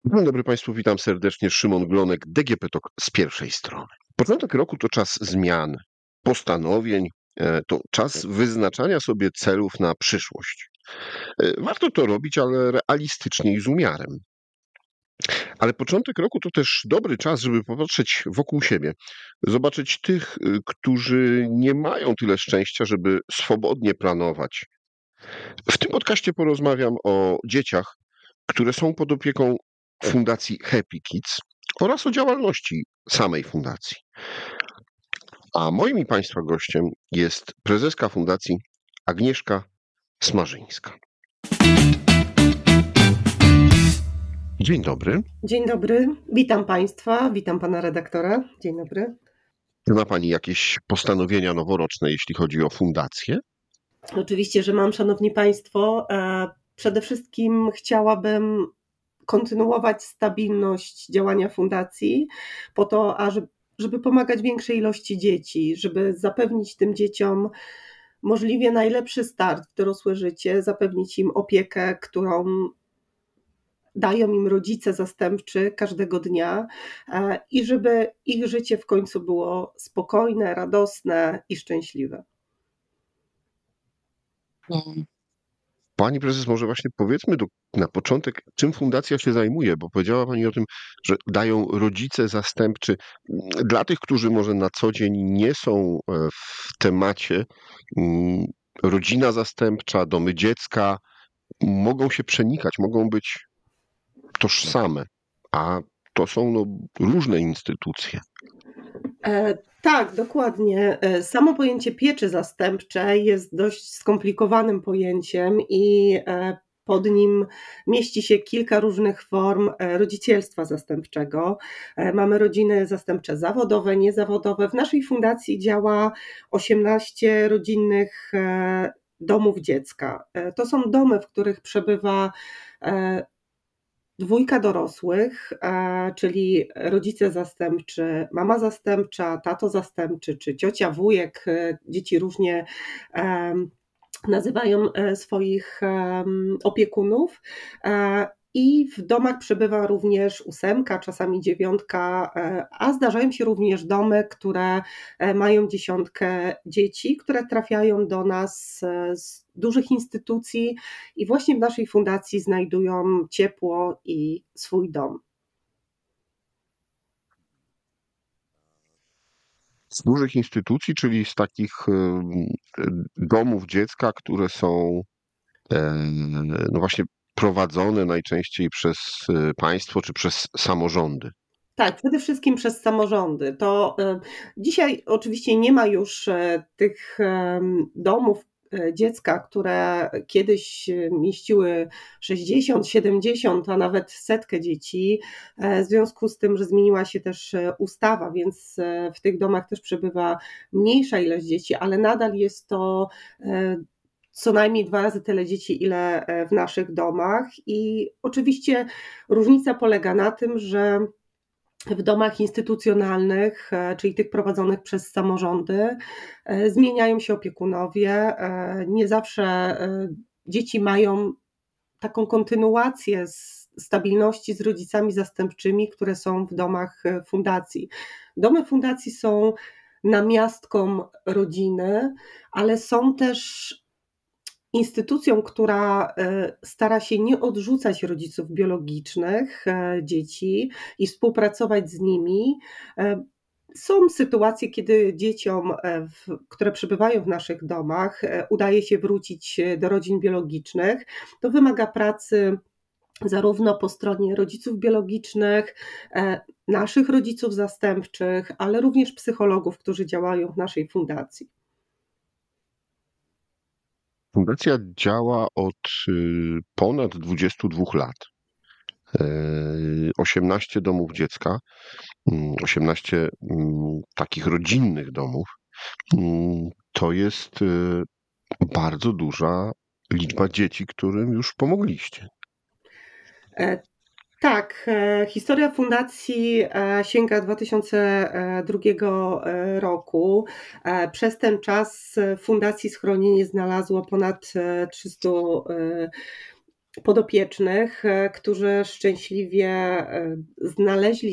Dzień dobry Państwu, witam serdecznie. Szymon Glonek, DGP TOK z pierwszej strony. Początek roku to czas zmian, postanowień, to czas wyznaczania sobie celów na przyszłość. Warto to robić, ale realistycznie i z umiarem. Ale początek roku to też dobry czas, żeby popatrzeć wokół siebie, zobaczyć tych, którzy nie mają tyle szczęścia, żeby swobodnie planować. W tym podcaście porozmawiam o dzieciach, które są pod opieką Fundacji Happy Kids oraz o działalności samej fundacji. A moim i Państwa gościem jest prezeska fundacji Agnieszka Smarzyńska. Dzień dobry. Dzień dobry, witam Państwa, witam Pana redaktora. Dzień dobry. Czy ma Pani jakieś postanowienia noworoczne, jeśli chodzi o fundację? Oczywiście, że mam, Szanowni Państwo. Przede wszystkim chciałabym kontynuować stabilność działania fundacji po to, żeby pomagać większej ilości dzieci, żeby zapewnić tym dzieciom możliwie najlepszy start w dorosłe życie, zapewnić im opiekę, którą dają im rodzice zastępczy każdego dnia i żeby ich życie w końcu było spokojne, radosne i szczęśliwe. Pani prezes, może właśnie powiedzmy na początek, czym fundacja się zajmuje, bo powiedziała Pani o tym, że dają rodzice zastępczy. Dla tych, którzy może na co dzień nie są w temacie, rodzina zastępcza, domy dziecka mogą się przenikać, mogą być tożsame, a to są różne instytucje. Tak, dokładnie. Samo pojęcie pieczy zastępczej jest dość skomplikowanym pojęciem i pod nim mieści się kilka różnych form rodzicielstwa zastępczego. Mamy rodziny zastępcze zawodowe, niezawodowe. W naszej fundacji działa 18 rodzinnych domów dziecka. To są domy, w których przebywa dwójka dorosłych, czyli rodzice zastępczy, mama zastępcza, tato zastępczy, czy ciocia, wujek. Dzieci różnie nazywają swoich opiekunów. I w domach przebywa również 8, czasami 9, a zdarzają się również domy, które mają 10 dzieci, które trafiają do nas z dużych instytucji i właśnie w naszej fundacji znajdują ciepło i swój dom. Z dużych instytucji, czyli z takich domów dziecka, które są no właśnie prowadzone najczęściej przez państwo czy przez samorządy. Tak, przede wszystkim przez samorządy. To dzisiaj oczywiście nie ma już tych domów dziecka, które kiedyś mieściły 60, 70, a nawet 100 dzieci. W związku z tym, że zmieniła się też ustawa, więc w tych domach też przebywa mniejsza ilość dzieci, ale nadal jest to co najmniej 2 razy tyle dzieci, ile w naszych domach. I oczywiście różnica polega na tym, że w domach instytucjonalnych, czyli tych prowadzonych przez samorządy, zmieniają się opiekunowie. Nie zawsze dzieci mają taką kontynuację stabilności z rodzicami zastępczymi, które są w domach fundacji. Domy fundacji są namiastką rodziny, ale są też instytucją, która stara się nie odrzucać rodziców biologicznych dzieci i współpracować z nimi. Są sytuacje, kiedy dzieciom, które przebywają w naszych domach, udaje się wrócić do rodzin biologicznych. To wymaga pracy zarówno po stronie rodziców biologicznych, naszych rodziców zastępczych, ale również psychologów, którzy działają w naszej fundacji. Fundacja działa od ponad 22 lat. 18 domów dziecka, 18 takich rodzinnych domów. To jest bardzo duża liczba dzieci, którym już pomogliście. Tak, historia fundacji sięga 2002 roku. Przez ten czas w fundacji schronienie znalazło ponad 300 podopiecznych, którzy szczęśliwie znaleźli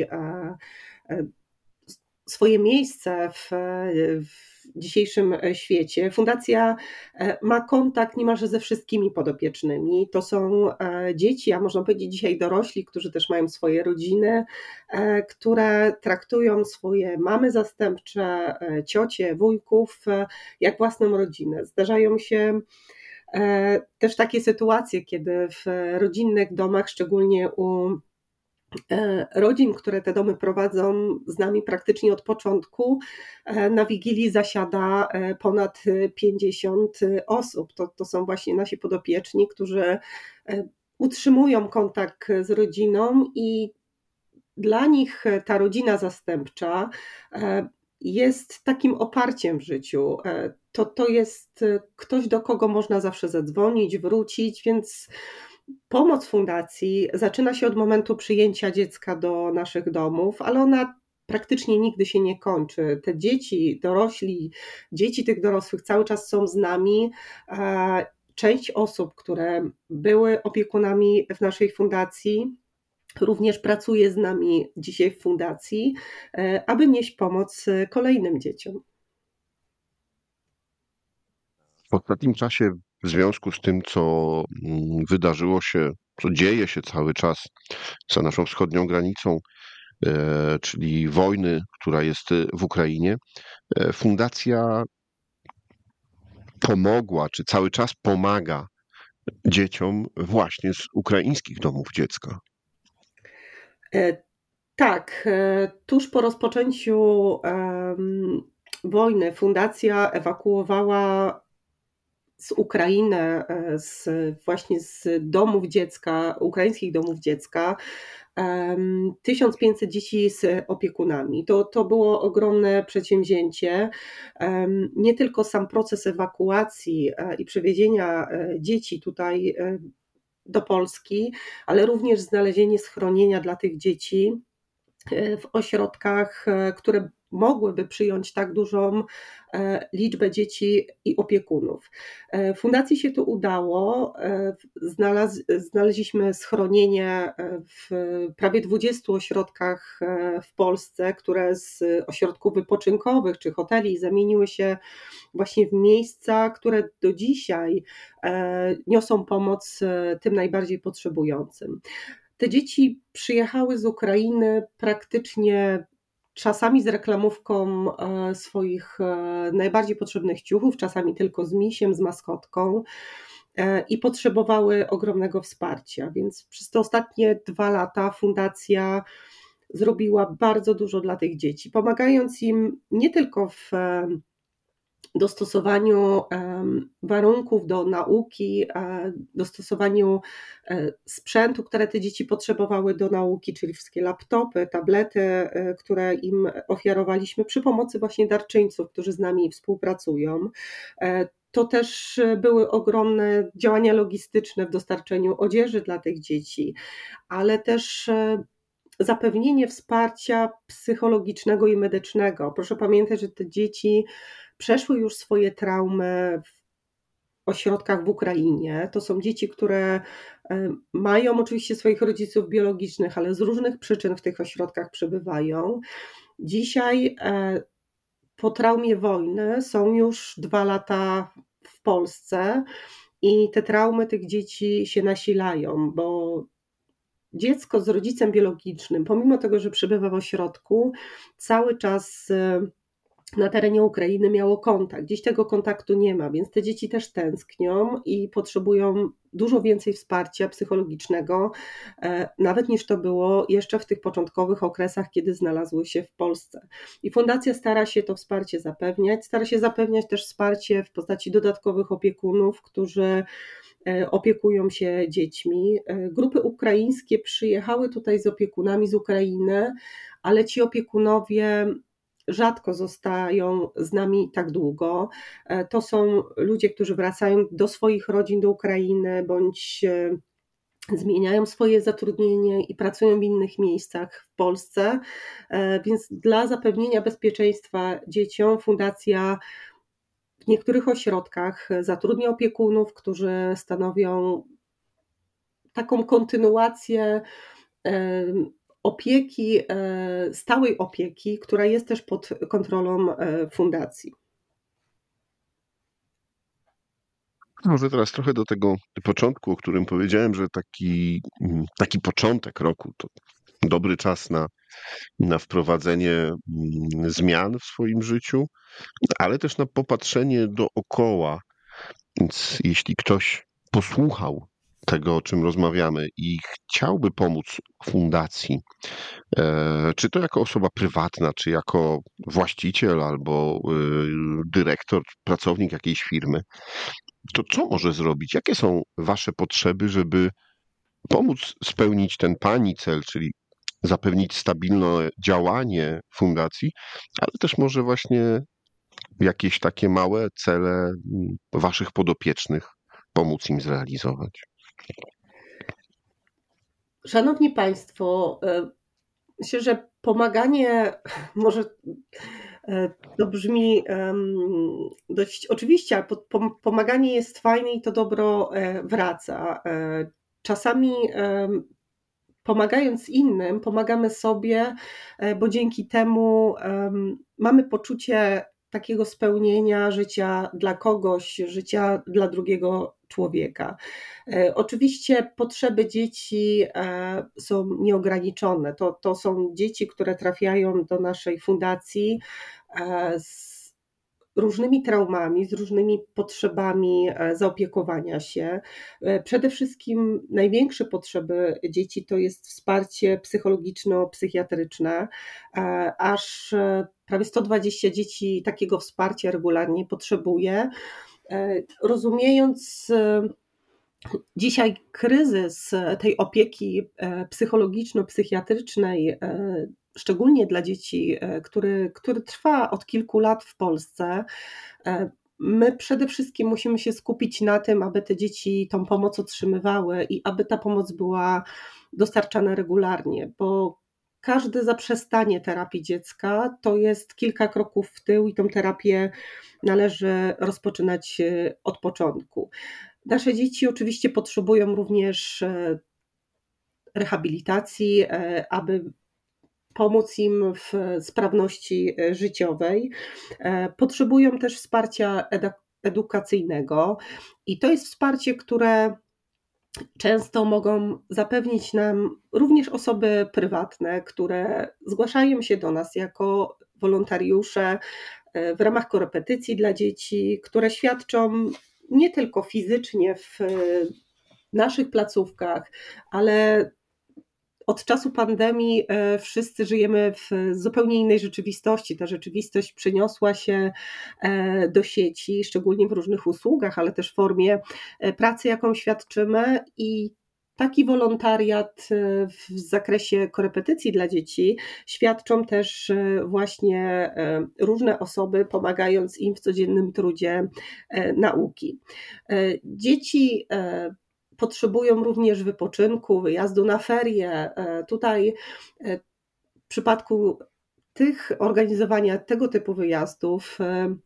swoje miejsce w dzisiejszym świecie. Fundacja ma kontakt niemalże ze wszystkimi podopiecznymi. To są dzieci, a można powiedzieć dzisiaj dorośli, którzy też mają swoje rodziny, które traktują swoje mamy zastępcze, ciocie, wujków jak własną rodzinę. Zdarzają się też takie sytuacje, kiedy w rodzinnych domach, szczególnie u rodzin, które te domy prowadzą z nami praktycznie od początku, na Wigilii zasiada ponad 50 osób. To są właśnie nasi podopieczni, którzy utrzymują kontakt z rodziną i dla nich ta rodzina zastępcza jest takim oparciem w życiu. To jest ktoś, do kogo można zawsze zadzwonić, wrócić, więc pomoc fundacji zaczyna się od momentu przyjęcia dziecka do naszych domów, ale ona praktycznie nigdy się nie kończy. Te dzieci, dorośli, dzieci tych dorosłych cały czas są z nami. Część osób, które były opiekunami w naszej fundacji, również pracuje z nami dzisiaj w fundacji, aby nieść pomoc kolejnym dzieciom. W ostatnim czasie, w związku z tym, co wydarzyło się, co dzieje się cały czas za naszą wschodnią granicą, czyli wojny, która jest w Ukrainie, fundacja pomogła, czy cały czas pomaga dzieciom właśnie z ukraińskich domów dziecka. Tak, tuż po rozpoczęciu wojny fundacja ewakuowała z Ukrainy, właśnie z domów dziecka, ukraińskich domów dziecka, 1500 dzieci z opiekunami. To było ogromne przedsięwzięcie. Nie tylko sam proces ewakuacji i przewiezienia dzieci tutaj do Polski, ale również znalezienie schronienia dla tych dzieci w ośrodkach, które mogłyby przyjąć tak dużą liczbę dzieci i opiekunów. Fundacji się to udało. Znaleźliśmy schronienie w prawie 20 ośrodkach w Polsce, które z ośrodków wypoczynkowych czy hoteli zamieniły się właśnie w miejsca, które do dzisiaj niosą pomoc tym najbardziej potrzebującym. Te dzieci przyjechały z Ukrainy praktycznie czasami z reklamówką swoich najbardziej potrzebnych ciuchów, czasami tylko z misiem, z maskotką i potrzebowały ogromnego wsparcia. Więc przez te ostatnie 2 lata fundacja zrobiła bardzo dużo dla tych dzieci, pomagając im nie tylko w dostosowaniu warunków do nauki, dostosowaniu sprzętu, które te dzieci potrzebowały do nauki, czyli wszystkie laptopy, tablety, które im ofiarowaliśmy przy pomocy właśnie darczyńców, którzy z nami współpracują. To też były ogromne działania logistyczne w dostarczeniu odzieży dla tych dzieci, ale też zapewnienie wsparcia psychologicznego i medycznego. Proszę pamiętać, że te dzieci przeszły już swoje traumy w ośrodkach w Ukrainie. To są dzieci, które mają oczywiście swoich rodziców biologicznych, ale z różnych przyczyn w tych ośrodkach przebywają. Dzisiaj po traumie wojny są już 2 lata w Polsce i te traumy tych dzieci się nasilają, bo dziecko z rodzicem biologicznym, pomimo tego, że przebywa w ośrodku, cały czas na terenie Ukrainy miało kontakt. Dziś tego kontaktu nie ma, więc te dzieci też tęsknią i potrzebują dużo więcej wsparcia psychologicznego, nawet niż to było jeszcze w tych początkowych okresach, kiedy znalazły się w Polsce. I fundacja stara się to wsparcie zapewniać, stara się zapewniać też wsparcie w postaci dodatkowych opiekunów, którzy opiekują się dziećmi. Grupy ukraińskie przyjechały tutaj z opiekunami z Ukrainy, ale ci opiekunowie rzadko zostają z nami tak długo. To są ludzie, którzy wracają do swoich rodzin do Ukrainy bądź zmieniają swoje zatrudnienie i pracują w innych miejscach w Polsce. Więc dla zapewnienia bezpieczeństwa dzieciom fundacja w niektórych ośrodkach zatrudnia opiekunów, którzy stanowią taką kontynuację opieki, stałej opieki, która jest też pod kontrolą fundacji. Może teraz trochę do tego początku, o którym powiedziałem, że taki początek roku to dobry czas na wprowadzenie zmian w swoim życiu, ale też na popatrzenie dookoła. Więc jeśli ktoś posłuchał tego, o czym rozmawiamy i chciałby pomóc fundacji, czy to jako osoba prywatna, czy jako właściciel albo dyrektor, pracownik jakiejś firmy, to co może zrobić? Jakie są wasze potrzeby, żeby pomóc spełnić ten pani cel, czyli zapewnić stabilne działanie fundacji, ale też może właśnie jakieś takie małe cele waszych podopiecznych pomóc im zrealizować? Szanowni Państwo, myślę, że pomaganie może to brzmi dość oczywiście, ale pomaganie jest fajne i to dobro wraca. Czasami pomagając innym, pomagamy sobie, bo dzięki temu mamy poczucie takiego spełnienia życia dla kogoś, życia dla drugiego człowieka. Oczywiście potrzeby dzieci są nieograniczone. To są dzieci, które trafiają do naszej fundacji z różnymi traumami, z różnymi potrzebami zaopiekowania się. Przede wszystkim największe potrzeby dzieci to jest wsparcie psychologiczno-psychiatryczne. Aż prawie 120 dzieci takiego wsparcia regularnie potrzebuje. Rozumiejąc dzisiaj kryzys tej opieki psychologiczno-psychiatrycznej, szczególnie dla dzieci, który trwa od kilku lat w Polsce, my przede wszystkim musimy się skupić na tym, aby te dzieci tą pomoc otrzymywały i aby ta pomoc była dostarczana regularnie, bo każde zaprzestanie terapii dziecka to jest kilka kroków w tył i tą terapię należy rozpoczynać od początku. Nasze dzieci oczywiście potrzebują również rehabilitacji, aby pomóc im w sprawności życiowej. Potrzebują też wsparcia edukacyjnego i to jest wsparcie, które często mogą zapewnić nam również osoby prywatne, które zgłaszają się do nas jako wolontariusze w ramach korepetycji dla dzieci, które świadczą nie tylko fizycznie w naszych placówkach, ale od czasu pandemii wszyscy żyjemy w zupełnie innej rzeczywistości. Ta rzeczywistość przeniosła się do sieci, szczególnie w różnych usługach, ale też w formie pracy, jaką świadczymy, i taki wolontariat w zakresie korepetycji dla dzieci świadczą też właśnie różne osoby, pomagając im w codziennym trudzie nauki. Dzieci potrzebują również wypoczynku, wyjazdu na ferie. Tutaj w przypadku organizowania tego typu wyjazdów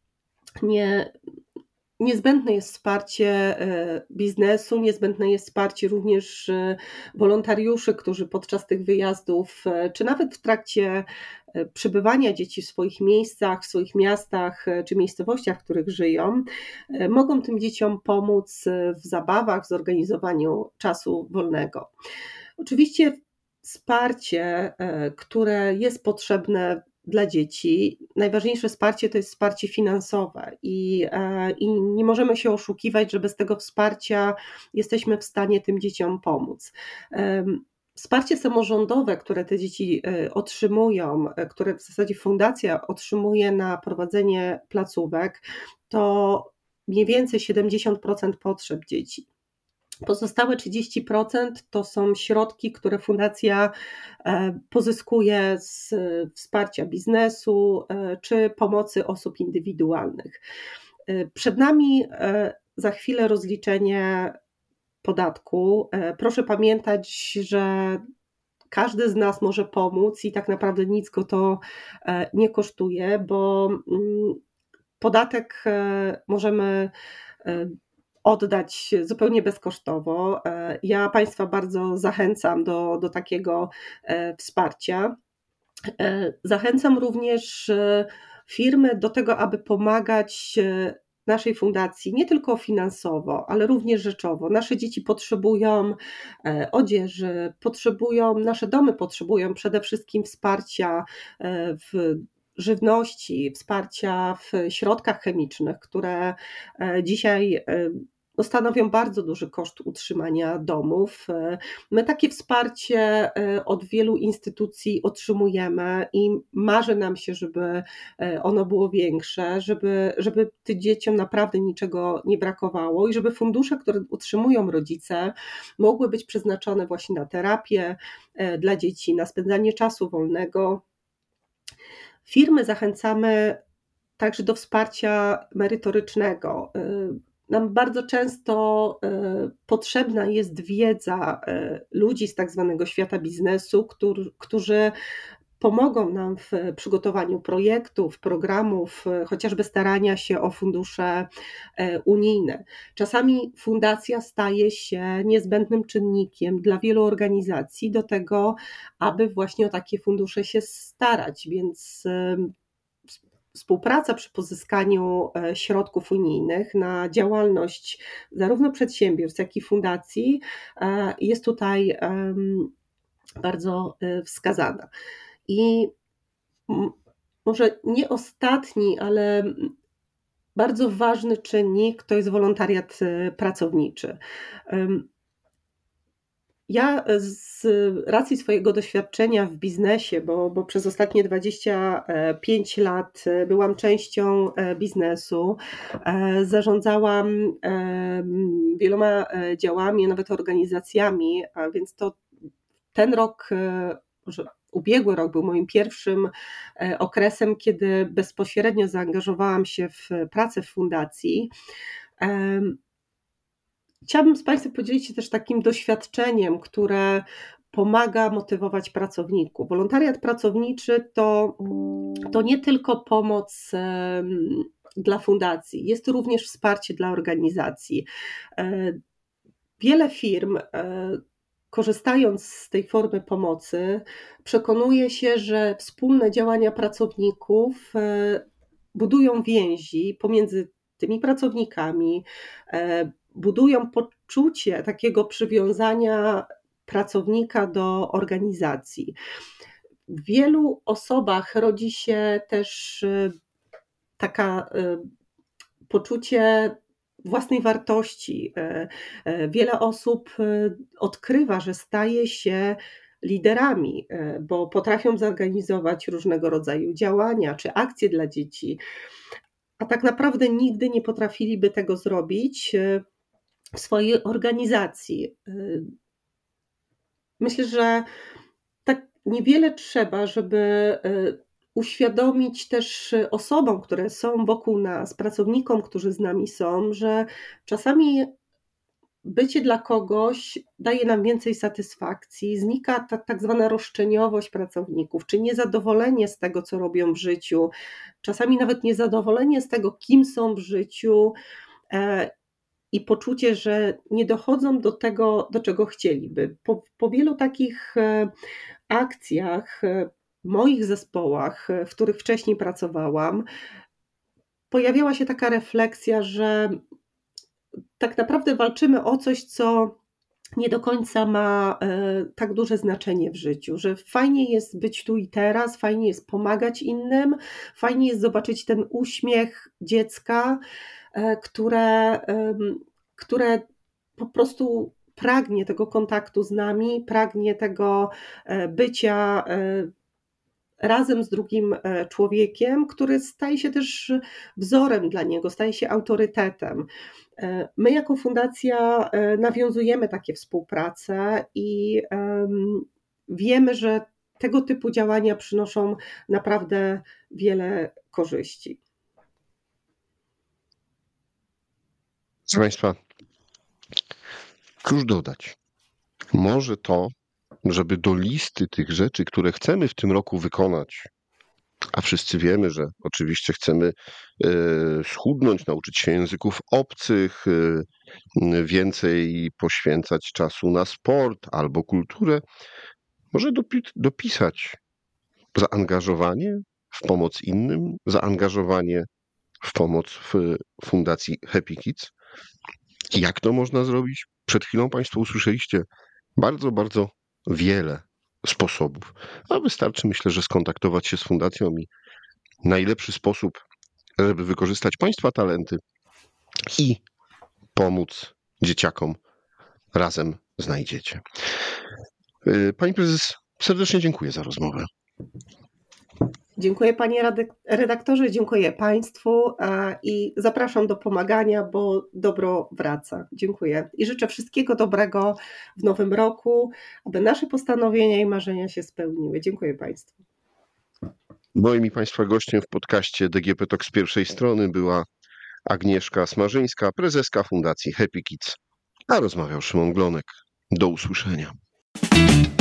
niezbędne jest wsparcie biznesu, niezbędne jest wsparcie również wolontariuszy, którzy podczas tych wyjazdów, czy nawet w trakcie przebywania dzieci w swoich miejscach, w swoich miastach, czy miejscowościach, w których żyją, mogą tym dzieciom pomóc w zabawach, w zorganizowaniu czasu wolnego. Oczywiście wsparcie, które jest potrzebne dla dzieci, najważniejsze wsparcie to jest wsparcie finansowe i nie możemy się oszukiwać, że bez tego wsparcia jesteśmy w stanie tym dzieciom pomóc. Wsparcie samorządowe, które te dzieci otrzymują, które w zasadzie fundacja otrzymuje na prowadzenie placówek, to mniej więcej 70% potrzeb dzieci. Pozostałe 30% to są środki, które fundacja pozyskuje z wsparcia biznesu czy pomocy osób indywidualnych. Przed nami za chwilę rozliczenie podatku. Proszę pamiętać, że każdy z nas może pomóc i tak naprawdę nic go to nie kosztuje, bo podatek możemy oddać zupełnie bezkosztowo. Ja Państwa bardzo zachęcam do takiego wsparcia. Zachęcam również firmy do tego, aby pomagać naszej fundacji nie tylko finansowo, ale również rzeczowo. Nasze dzieci potrzebują odzieży, nasze domy potrzebują przede wszystkim wsparcia w żywności, wsparcia w środkach chemicznych, które dzisiaj stanowią bardzo duży koszt utrzymania domów. My takie wsparcie od wielu instytucji otrzymujemy i marzy nam się, żeby ono było większe, żeby tym dzieciom naprawdę niczego nie brakowało i żeby fundusze, które utrzymują rodzice, mogły być przeznaczone właśnie na terapię dla dzieci, na spędzanie czasu wolnego. Firmy zachęcamy także do wsparcia merytorycznego. Nam bardzo często potrzebna jest wiedza ludzi z tak zwanego świata biznesu, którzy pomogą nam w przygotowaniu projektów, programów, chociażby starania się o fundusze unijne. Czasami fundacja staje się niezbędnym czynnikiem dla wielu organizacji do tego, aby właśnie o takie fundusze się starać, więc współpraca przy pozyskaniu środków unijnych na działalność zarówno przedsiębiorstw, jak i fundacji jest tutaj bardzo wskazana. I może nie ostatni, ale bardzo ważny czynnik to jest wolontariat pracowniczy. Ja z racji swojego doświadczenia w biznesie, bo przez ostatnie 25 lat byłam częścią biznesu, zarządzałam wieloma działami, nawet organizacjami, a więc ten rok, może ubiegły rok był moim pierwszym okresem, kiedy bezpośrednio zaangażowałam się w pracę w fundacji. Chciałabym z Państwem podzielić się też takim doświadczeniem, które pomaga motywować pracowników. Wolontariat pracowniczy to nie tylko pomoc dla fundacji, jest to również wsparcie dla organizacji. Wiele firm, korzystając z tej formy pomocy, przekonuje się, że wspólne działania pracowników budują więzi pomiędzy tymi pracownikami, budują poczucie takiego przywiązania pracownika do organizacji. W wielu osobach rodzi się też taka poczucie własnej wartości. Wiele osób odkrywa, że staje się liderami, bo potrafią zorganizować różnego rodzaju działania czy akcje dla dzieci, a tak naprawdę nigdy nie potrafiliby tego zrobić w swojej organizacji. Myślę, że tak niewiele trzeba, żeby uświadomić też osobom, które są wokół nas, pracownikom, którzy z nami są, że czasami bycie dla kogoś daje nam więcej satysfakcji, znika ta tak zwana roszczeniowość pracowników, czy niezadowolenie z tego, co robią w życiu, czasami nawet niezadowolenie z tego, kim są w życiu i poczucie, że nie dochodzą do tego, do czego chcieliby. Po wielu takich akcjach, moich zespołach, w których wcześniej pracowałam, pojawiała się taka refleksja, że tak naprawdę walczymy o coś, co nie do końca ma tak duże znaczenie w życiu, że fajnie jest być tu i teraz, fajnie jest pomagać innym, fajnie jest zobaczyć ten uśmiech dziecka, które po prostu pragnie tego kontaktu z nami, pragnie tego bycia razem z drugim człowiekiem, który staje się też wzorem dla niego, staje się autorytetem. My jako fundacja nawiązujemy takie współprace i wiemy, że tego typu działania przynoszą naprawdę wiele korzyści. Proszę Państwa, cóż dodać? Może to, żeby do listy tych rzeczy, które chcemy w tym roku wykonać, A wszyscy wiemy, że oczywiście chcemy schudnąć, nauczyć się języków obcych, więcej poświęcać czasu na sport albo kulturę. Może dopisać zaangażowanie w pomoc innym, zaangażowanie w pomoc w Fundacji Happy Kids. Jak to można zrobić? Przed chwilą Państwo usłyszeliście bardzo, bardzo wiele sposobów. A wystarczy, myślę, że skontaktować się z fundacją i najlepszy sposób, żeby wykorzystać Państwa talenty i pomóc dzieciakom, razem znajdziecie. Pani prezes, serdecznie dziękuję za rozmowę. Dziękuję panie redaktorze, dziękuję państwu i zapraszam do pomagania, bo dobro wraca. Dziękuję i życzę wszystkiego dobrego w nowym roku, aby nasze postanowienia i marzenia się spełniły. Dziękuję państwu. Moim i Państwa gościem w podcaście DGP Talk z pierwszej strony była Agnieszka Smarzyńska, prezeska Fundacji Happy Kids, a rozmawiał Szymon Glonek. Do usłyszenia.